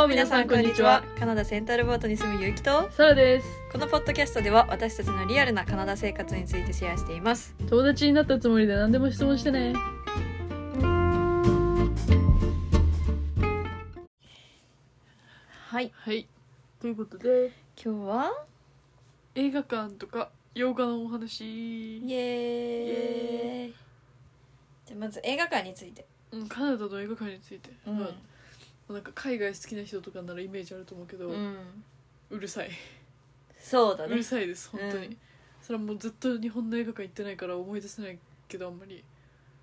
皆さんこんにちは。カナダセンタルボートに住むゆうきとサラです。 このポッドキャストでは私たちのリアルなカナダ生活についてシェアしています。 友達になったつもりで何でも質問してね。 はい、 はい、ということで今日は映画館とか洋画のお話。 イエーイ。じゃあまず映画館について、 カナダの映画館について、 うんなんか海外好きな人とかならイメージあると思うけど、うるさい。 そうだね、 うるさいです本当に、 うんそれはもうずっと日本の映画館行ってないから思い出せないけど、あんまり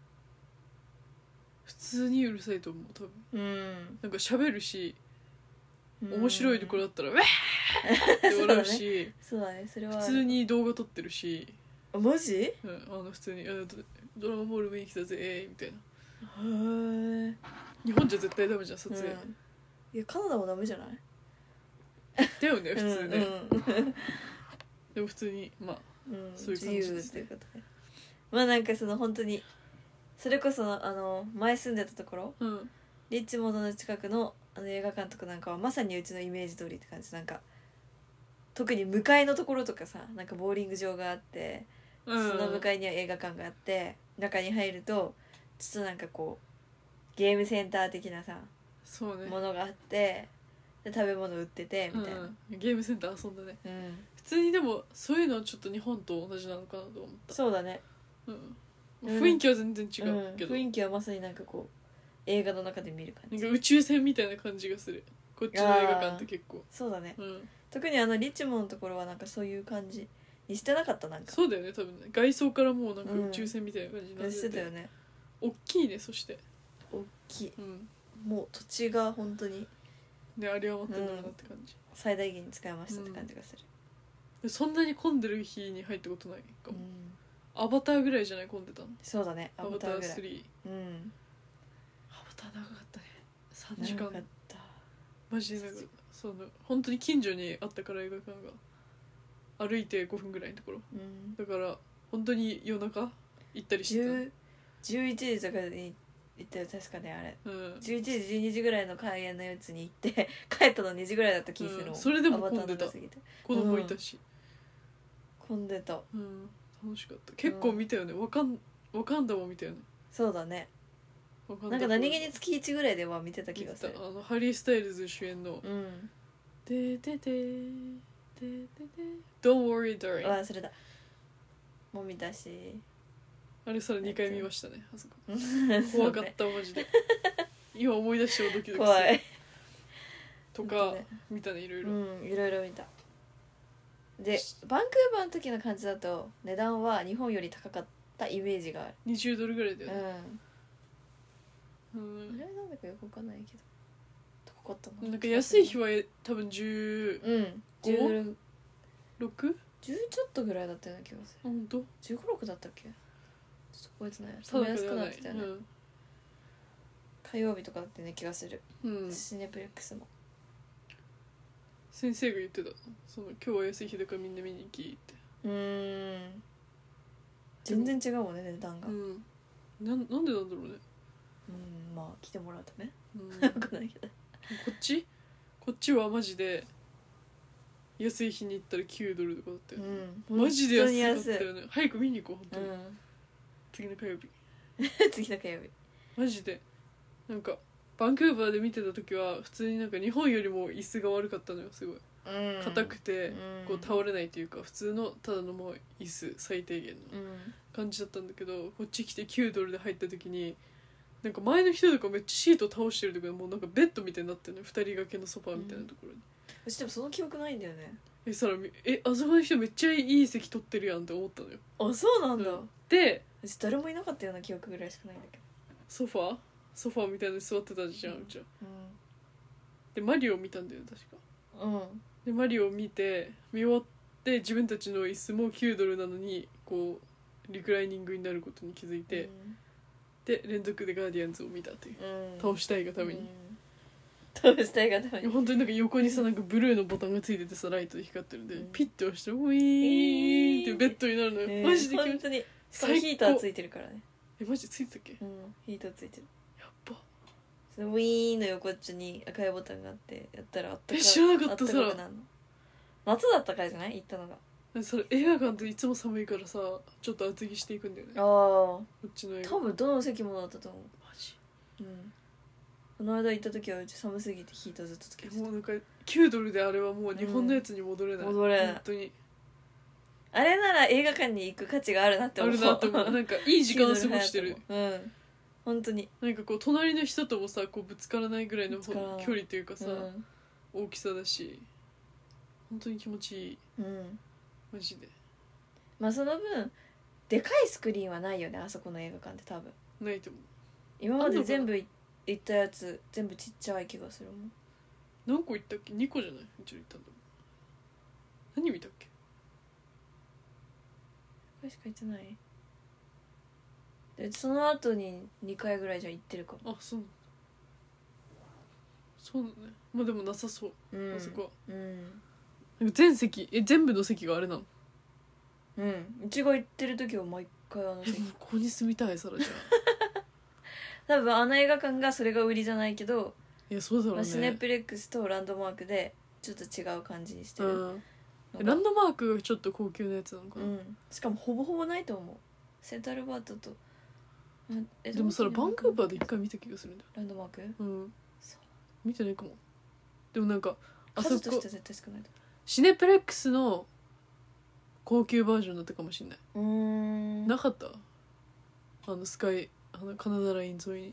普通にうるさいと思う。多分なんか喋るし、面白いところだったらウェーって笑うしそうだね、それは普通に動画撮ってるし、 マジ？ 普通にドラマボール見に来たぜみたいな。 へえ。 日本じゃ絶対ダメじゃん撮影、 いやカナダもダメじゃない？ だよね普通ね、でも普通にそういう感じですね。 自由っていうことで、なんかその本当にそれこそ前住んでたところ、リッチモンドの近くの映画館とかなんかはまさにうちのイメージ通りって感じ。なんか特に向かいのところとかさ、なんかボーリング場があって、その向かいには映画館があって、中に入るとちょっとなんかこうゲームセンター的なさ、 そうね、 ものがあってで食べ物売っててみたいな、 ゲームセンター遊んだね、普通に。でもそういうのはちょっと日本と同じなのかなと思った。 そうだね、 雰囲気は全然違うけど、 雰囲気はまさになんかこう映画の中で見る感じ、 なんか宇宙船みたいな感じがするこっちの映画館って結構。 そうだね、特にリッチモンドのところはなんかそういう感じにしてなかった。なんかそうだよね、多分ね、外装からもうなんか宇宙船みたいな感じになってて、 してたよね。 大きいね。そして大きい、もう土地が本当にね、あり余ってんだろうなって感じ、 最大限に使いましたって感じがする、 そんなに混んでる日に入ったことないかも、アバターぐらいじゃない混んでたの。 そうだね、 アバター3、 アバター長かったね。3時間長かった。 マジで。なんかその本当に近所にあったから、映画館が歩いて5分ぐらいのところ、だから本当に夜中行ったりしてた。 11時とかに行ったよ確かね、あれ、11時12時ぐらいの開演のやつに行って帰ったの2時ぐらいだった気するの、 それでも混んでた。子供いたし、 混んでた、 楽しかった。結構見たよね、ワカンダも見たよね。 そうだね、なんか何気に月1ぐらいでは見てた気がする。 ハリー・スタイルズ主演のででで Don't worry darling、 それだもう見たし、 あれそれ2回見ましたね、あそこ怖かったマジで今思い出してもドキドキする。 怖いとか見たね、いろいろ。 いろいろ見た。でバンクーバーの時の感じだと値段は日本より高かったイメージがある。 20ドルぐらいだよね。 あれなんだかよくわかんないけど高かったな。 なんか安い日は多分15、 16？ 10 ちょっとぐらいだったような気がする。 本当 15、6だったっけ？ちょっと覚えてない。それ安くなってたよね、火曜日とかだってね気がする、シネプレックスも。 先生が言ってた、その今日は安い日だからみんな見に行きって。 全然違うもんね、値段が。 なんでなんだろうね。 来てもらうため分かんないけど、 こっちはマジで安い日に行ったら$9とかだったよね、マジで安かったよね。早く見に行こう本当に、次の火曜日次の火曜日マジで。なんかバンクーバーで見てた時は普通になんか日本よりも椅子が悪かったのよ。すごい硬くてこう倒れないというか、普通のただのもう椅子最低限の感じだったんだけど、こっち来て$9で入った時になんか前の人とかめっちゃシート倒してるとか、もうなんかベッドみたいになってるのよ、2人掛けのソファーみたいなところに。 私でもその記憶ないんだよね。 あそこの人めっちゃいい席取ってるやんって思ったのよ。 あ、そうなんだ、 で私誰もいなかったような記憶ぐらいしかないんだけど。 ソファーみたいなのに座ってたじゃん、うちは。でマリオ見たんだよ確か。でマリオ見終わって自分たちの椅子も$9なのにこうリクライニングになることに気づいて、で連続でガーディアンズを見たという、倒したいがために、本当になんか横にさなんかブルーのボタンがついててさ、ライトで光ってるんで、ピッて押してウィーンってベッドになるのよ、マジで気持ちいい。 本当にしかもヒーターついてるからね。 マジついてたっけ？ ヒーターついてる。 やっば。 そのウィーンの横っちょに赤いボタンがあってやったらあったか知らなかった。 あったかくなるの。夏だったからじゃない行ったのが。 それ映画館っていつも寒いからさ、ちょっと厚着していくんだよね。 ああこっちの映画多分どの席もだったと思う。 マジ。 この間行った時はうち寒すぎてヒーターずっとつけてた。 もうなんか9ドルであれはもう日本のやつに戻れない、 戻れない本当にあれなら映画館に行く価値があるなって思う。 あるなと思う。なんかいい時間を過ごしてる。 本当になんかこう隣の人ともさこうぶつからないぐらいの距離というかさ、大きさだし本当に気持ちいい、マジで。 まあその分でかいスクリーンはないよね、あそこの映画館って多分ないと思う。 今まで全部行ったやつ全部ちっちゃい気がするもん。 何個行ったっけ。2個じゃない、うちら行ったんだもん。何見たっけ。 これしか行ってない。でその後に2回ぐらいじゃ行ってるかも。 あ、そうなんだ。そうだね。まあでもなさそう、あそこは。なんか全席全部の席があれなの。 うちが行ってる時は毎回あの席。 ここに住みたい、サラちゃん。 多分あの映画館がそれが売りじゃないけど、 いやそうだろうね、 シネプレックスとランドマークでちょっと違う感じにしてる、 ランドマークがちょっと高級なやつなのかな、 しかもほぼほぼないと思う。セントラルバートとでもそれバンクーバーで一回見た気がするんだよ。 ランドマーク見てないかも。でもなんかあそこ数としては絶対少ないとシネプレックスの高級バージョンだったかもしれない。 思う。 なかった。スカイカナダライン沿いに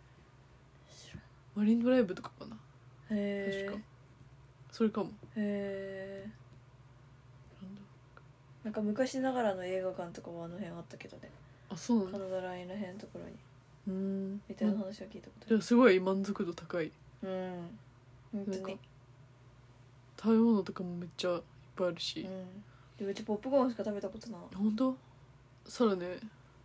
マリンドライブとかかな。 へえ。 確かそれかも。 へえ。なんか昔ながらの映画館とかもあの辺あったけどね。 あ、そうなんだ。 カナダラインの辺のところにみたいな話は聞いたことある。すごい満足度高い。 本当に食べ物とかもめっちゃいっぱいあるし、 でうちポップコーンしか食べたことない。 本当。そらね、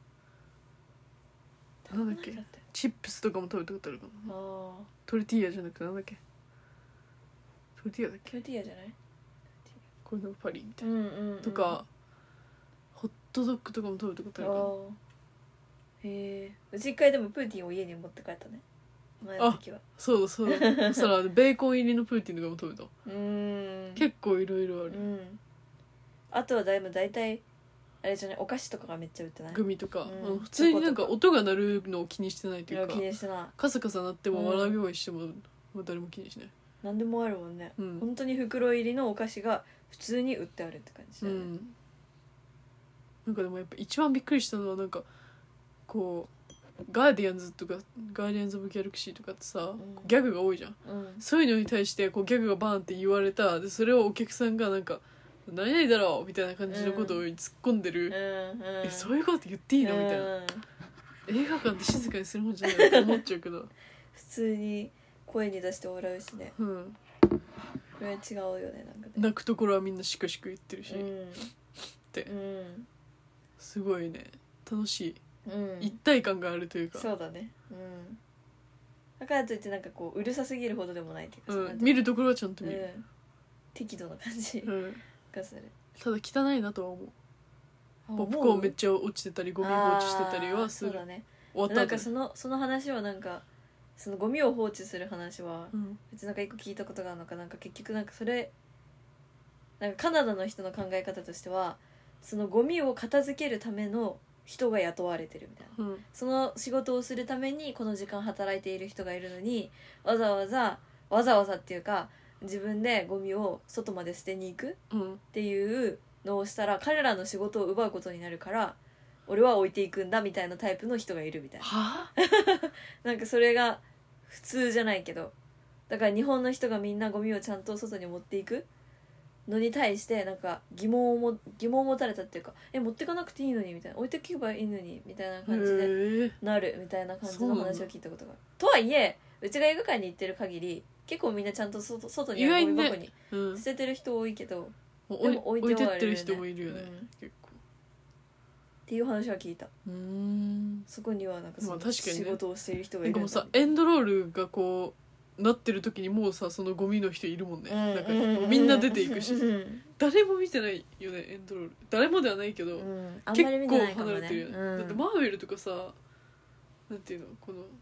なんだっけ、チップスとかも食べたことあるかな。トルティーヤじゃなくてなんだっけ、トルティーヤだっけ。 トルティーヤじゃない。 これのパリみたいな、とかホットドッグとかも食べたことあるかな。 へえ。うち一回でもプーティンを家に持って帰ったね、前の時は。 そうだそうだ。そしたらベーコン入りのプーティンとかも食べた。結構いろいろある。あとはだいたいあれじゃない、お菓子とかがめっちゃ売ってない。 グミとか、普通になんか音が鳴るのを気にしてないというか、 気にしてない。 カサカサ鳴っても笑い声しても誰も気にしない。 何でもあるもんね、本当に袋入りのお菓子が普通に売ってあるって感じだよね。 なんかでもやっぱ一番びっくりしたのはなんかこうガーディアンズとかガーディアンズ・オブ・ギャラクシーとかってさ、ギャグが多いじゃん、そういうのに対してこうギャグがバーンって言われた。でそれをお客さんがなんか何々だろうみたいな感じのことを突っ込んでる、そういうこと言っていいのみたいな、映画館って静かにするもんじゃないと思っちゃうけど普通に声に出して笑うしね、これは違うよね。なんかね、 泣くところはみんなシクシク言ってるし、ってすごいね楽しい、一体感があるというか。 そうだね。だからといってなんかこううるさすぎるほどでもないっていうか、 見るところはちゃんと見る、 適度な感じがする。 ただ汚いなとは思う。ポップコーンめっちゃ落ちてたりゴミ放置してたりはする。 そうだね。 終わったなんかその話はなんかそのゴミを放置する話は、別になんか一個聞いたことがあるのかなんか結局なんかそれなんかカナダの人の考え方としてはそのゴミを片付けるための人が雇われてるみたいな、その仕事をするためにこの時間働いている人がいるのにわざわざっていうか自分でゴミを外まで捨てに行くっていうのをしたら彼らの仕事を奪うことになるから俺は置いていくんだみたいなタイプの人がいるみたいな。なんかそれが普通じゃないけど、だから日本の人がみんなゴミをちゃんと外に持っていくのに対してなんか疑問を持たれたっていうか、持ってかなくていいのにみたいな、置いてけばいいのにみたいな感じでなるみたいな感じの話を聞いたことがある。とはいえうちが映画館に行ってる限り結構みんなちゃんと外にあるゴミ箱に捨ててる人多いけど、でも置いてってる人もいるよね、結構っていう話は聞いた。そこにはなんかその仕事をしている人がいるんだ、 なんかもうさエンドロールがこうなってる時にもうさそのゴミの人いるもんね、なんかみんな出ていくし、誰も見てないよねエンドロール。誰もではないけど、結構離れてるよね、だってマーベルとかさなんていうのこの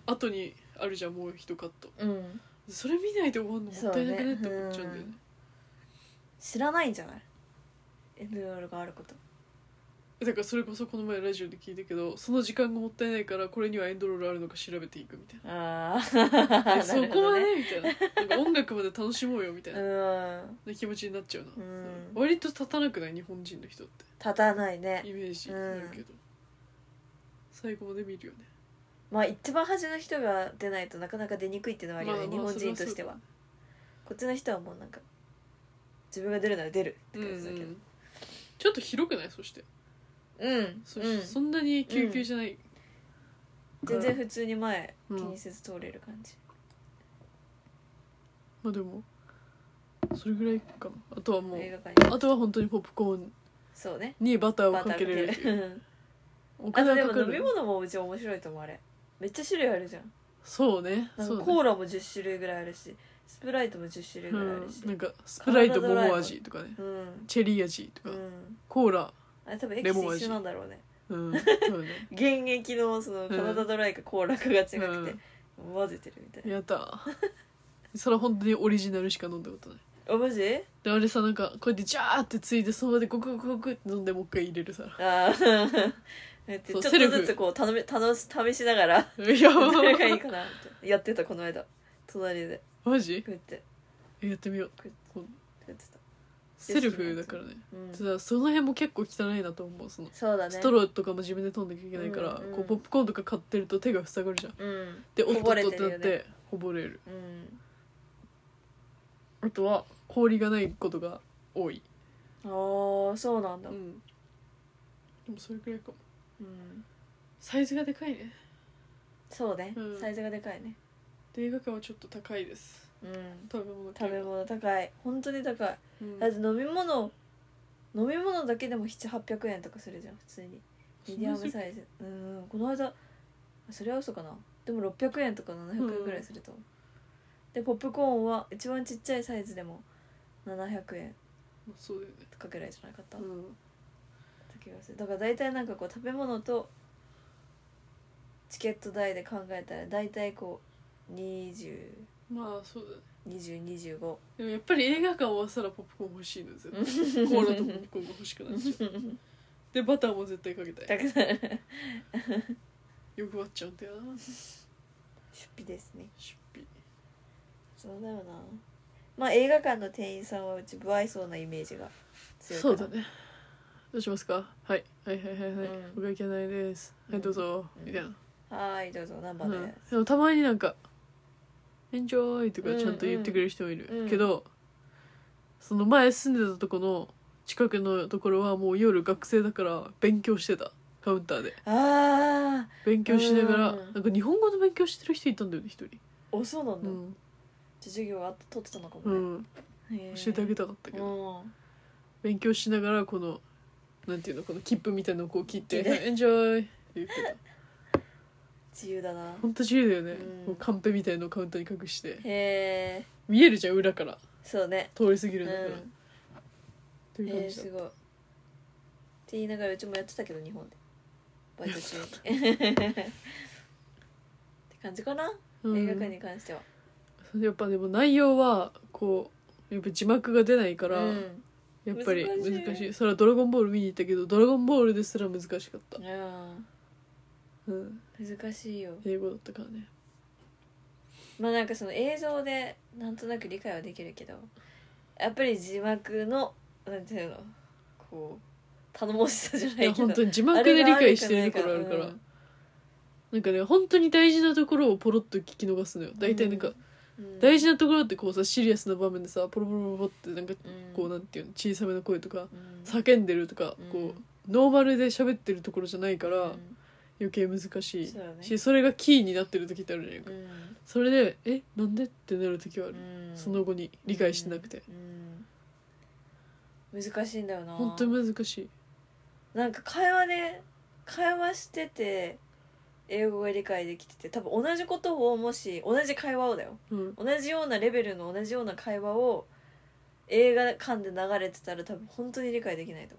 後にあるじゃん、もう一カット、 うん、 それ見ないと終わんのもったいなくねって思っちゃうんだよね。 知らないんじゃない、エンドロールがあること。 だからそれこそこの前ラジオで聞いたけど、その時間がもったいないからこれにはエンドロールあるのか調べていくみたいな。 あそこはねみたいな、なんか音楽まで楽しもうよみたいな気持ちになっちゃうな、割と立たなくない日本人の人って。 立たないね、 イメージあるけど、最後まで見るよね。 まあ一番端の人が出ないとなかなか出にくいっていうのはあるよね、日本人としては。こっちの人はもうなんか自分が出るなら出るって感じだけど、 ちょっと広くない？そしてそんなにぎゅうぎゅうじゃない、 全然普通に前気にせず通れる感じ、 まあでもそれぐらいかな。あとはもうあとは本当にポップコーンにバターをかけれるっていう。 あとでも飲み物もうち面白いと思う。あれめっちゃ種類あるじゃん。 そうね、 なんかコーラも10種類ぐらいあるし、スプライトも10種類ぐらいあるし、 なんかスプライト桃味とかね、チェリー味とか、コーラあれ多分エキス一緒なんだろうね。 そうね原液のそのカナダドライかコーラかが違くて、混ぜてるみたいな。 やったそれは本当にオリジナルしか飲んだことない。 あ、マジであれさ、なんかこうやってジャーってついてその場でゴクゴクゴクって飲んでもう一回入れるさ。 ああちょっとずつこう試しながらどれがいいかなってやってた、この間隣で。 マジ？ こうやってやってみよう。 やってた。 セルフだからね、その辺も結構汚いなと思う。 そうだね、 ストローとかも自分で取んなきゃいけないから、こうポップコーンとか買ってると手が塞がるじゃん、でおっとっとってなってこぼれる、あとは氷がないことが多い。 ああ、そうなんだ。 でもそれくらいかも。サイズがでかいね。 そうね、サイズがでかいね。 で映画館はちょっと高いです。食べ物高い、本当に高い、だって飲み物だけでも700-800円とかするじゃん普通に。ミディアムサイズ、この間それは嘘かな、でも600円とか700円ぐらいすると思う、でポップコーンは一番ちっちゃいサイズでも700円とかぐらいじゃなかった、気がする。だから大体なんかこう食べ物とチケット代で考えたら大体こう20、 まあそうだね、 20、25。 でもやっぱり映画館終わったらポップコーン欲しいの絶対コーラとポップコーンが欲しくなっちゃうでバターも絶対かけたい欲張っちゃうんだよな。 出費ですね。 出費。 そうだよな。まあ映画館の店員さんはうち不愛想なイメージが強いから。 そうだね。どうしますか。はい、お会計ないです、はいどうぞ、みたいな。 はいどうぞ、何番です、 でもたまになんかエンジョイとかちゃんと言ってくれる人もいる、けどその前住んでたとこの近くのところはもう夜学生だから勉強してた、カウンターで勉強しながら、なんか日本語の勉強してる人いたんだよね一人。 お、そうなんだ、じゃ授業が取ってたのかもね、 教えてあげたかったけど、勉強しながらこのなんていうの、この切符みたいなのをこう切ってエンジョイって言ってた。 自由だな、 ほんと自由だよね、もうカンペみたいのをカウンターに隠して、見えるじゃん裏から、 そうね、 通り過ぎるんだから、っていう感じだった。 すごいって言いながらうちもやってたけど日本でバイト中にって感じかな、映画館に関しては。 やっぱでも内容はこうやっぱ字幕が出ないから、やっぱり難しい。それはドラゴンボール見に行ったけどドラゴンボールですら難しかった。 難しいよ、 英語だったからね。 まあなんかその映像でなんとなく理解はできるけど、やっぱり字幕のなんていうの、こう頼もしさじゃないけど、いや本当に字幕で理解してるところあるから、なんかね本当に大事なところをポロッと聞き逃すのよ。大体なんか、大事なところってこうさシリアスな場面でさポロポロポロってなんかこうなんていうの小さめの声とか、叫んでるとか、こうノーマルで喋ってるところじゃないから、余計難しいし、それがキーになってる時ってあるじゃないか、それでなんでってなる時はある、その後に理解してなくて、 難しいんだよな、 本当に難しい。 なんか会話してて英語が理解できてて、多分同じことをもし同じ会話をだよ、同じようなレベルの同じような会話を映画館で流れてたら多分本当に理解できないと思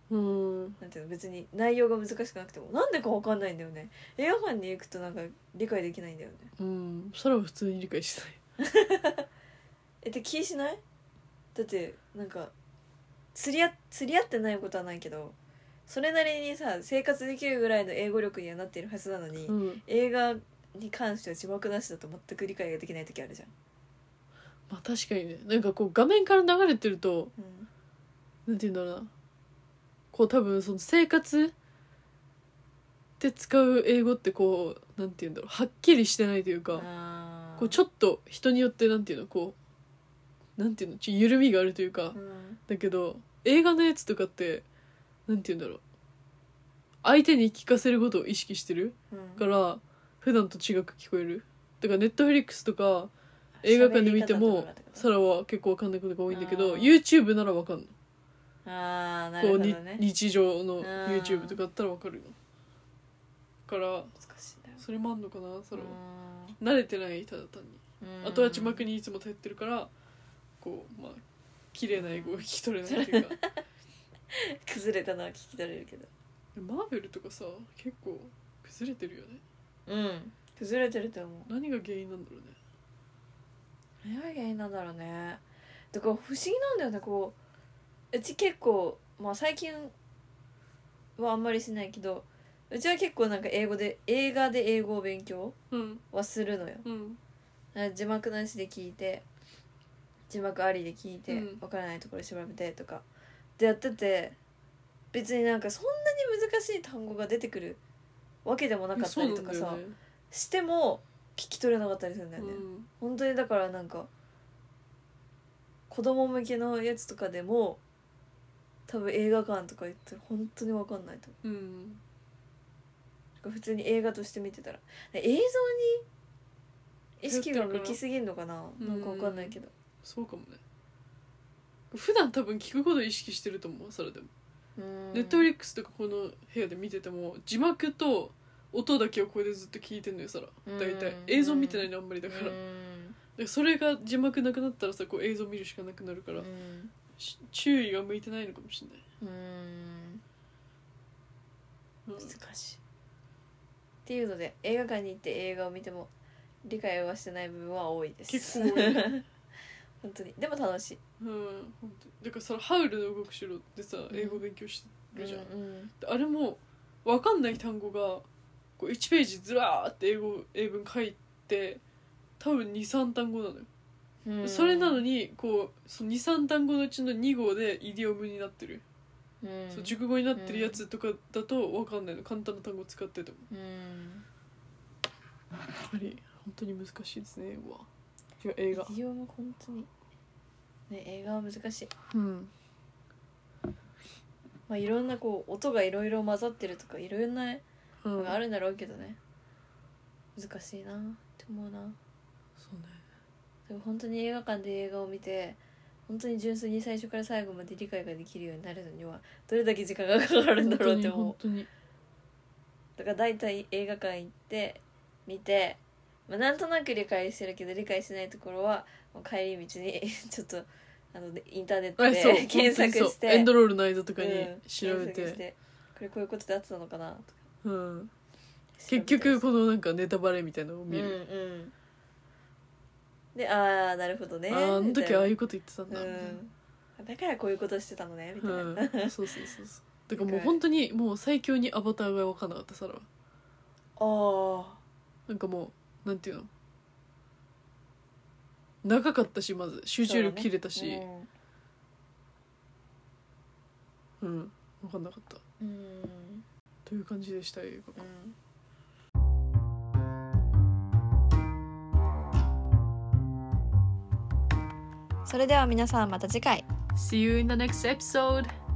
なんていうの、別に内容が難しくなくてもなんでか分かんないんだよね。映画館に行くとなんか理解できないんだよね。 それは普通に理解しないって気しない？だってなんか釣り合ってないことはないけど、それなりにさ生活できるぐらいの英語力にはなっているはずなのに、映画に関しては字幕なしだと全く理解ができない時あるじゃん。 まあ確かにね、なんかこう画面から流れてると、なんていうんだろうな、こう多分その生活で使う英語ってこうなんていうんだろう、はっきりしてないというか、こうちょっと人によってなんていうの、こうなんていうの、緩みがあるというか、だけど映画のやつとかってなんていうんだろう、相手に聞かせることを意識してるから普段と違く聞こえる。だからネットフリックスとか映画館で見てもサラは結構分かんないことが多いんだけど、 YouTube なら分かんの。 なるほどね。 日常の YouTube とかだったら分かるのから、 難しいんだよ。 それもあんのかな、サラは慣れてない、ただ単に。あとは字幕にいつも頼ってるからこうまあ綺麗な英語が聞き取れないっていうか崩れたのは聞き取れるけど、 マーベルとかさ結構崩れてるよね。 崩れてると思う。 何が原因なんだろうね。 何が原因なんだろうね。だから不思議なんだよね。こううち結構まあ最近はあんまりしないけど、うちは結構なんか映画で英語を勉強はするのよ。字幕なしで聞いて、字幕ありで聞いて、わからないところ調べてとかでやってて、別になんかそんなに難しい単語が出てくるわけでもなかったりとかさ、しても聞き取れなかったりするんだよね。本当にだからなんか子供向けのやつとかでも多分映画館とか行ったら本当に分かんないと思う。普通に映画として見てたら映像に意識が向きすぎんのかな、なんか分かんないけど。 そうかもね。普段多分聞くこと意識してると思う。それでもネットフリックスとかこの部屋で見てても字幕と音だけをこれでずっと聞いてんのよ、サラ。大体映像見てないのあんまりだから、それが字幕なくなったらさ、こう映像見るしかなくなるから、注意が向いてないのかもしれない。 難しいっていうので、映画館に行って映画を見ても理解はしてない部分は多いです。 結構多いね本当に。でも楽しい。 本当だからそのハウルの動く城でさ、英語勉強してるじゃん、あれも分かんない単語がこう1ページずらーって英文書いて、多分 2,3 単語なのよ。それなのにこうその 2,3 単語のうちの2語でイディオムになってる、そう熟語になってるやつとかだと分かんないの、簡単な単語使ってても。やっぱり本当に難しいですね、英語は。違う、映画。 イディオム本当にね、映画は難しい。まあいろんなこう音がいろいろ混ざってるとかいろんなのがあるんだろうけどね、難しいなって思うな。 そうね。 でも本当に映画館で映画を見て本当に純粋に最初から最後まで理解ができるようになるのにはどれだけ時間がかかるんだろうって思う。 本当にだから大体映画館行って見て、まあ、なんとなく理解してるけど理解しないところはもう帰り道にちょっとインターネットで検索してエンドロールの間とかに調べて、 これこういうことであってたのかなとか、 結局このなんかネタバレみたいなのを見る、 でああなるほどね、 あの時ああいうこと言ってたんだ、 だからこういうことしてたのねみたいな、 そうだからもう本当にもう最強にアバターが分かんなかったサラは。なんかもうなんていうの、長かったし、まず集中力切れたし、分かんなかった、という感じでした映画。 それでは皆さんまた次回。 See you in the next episode!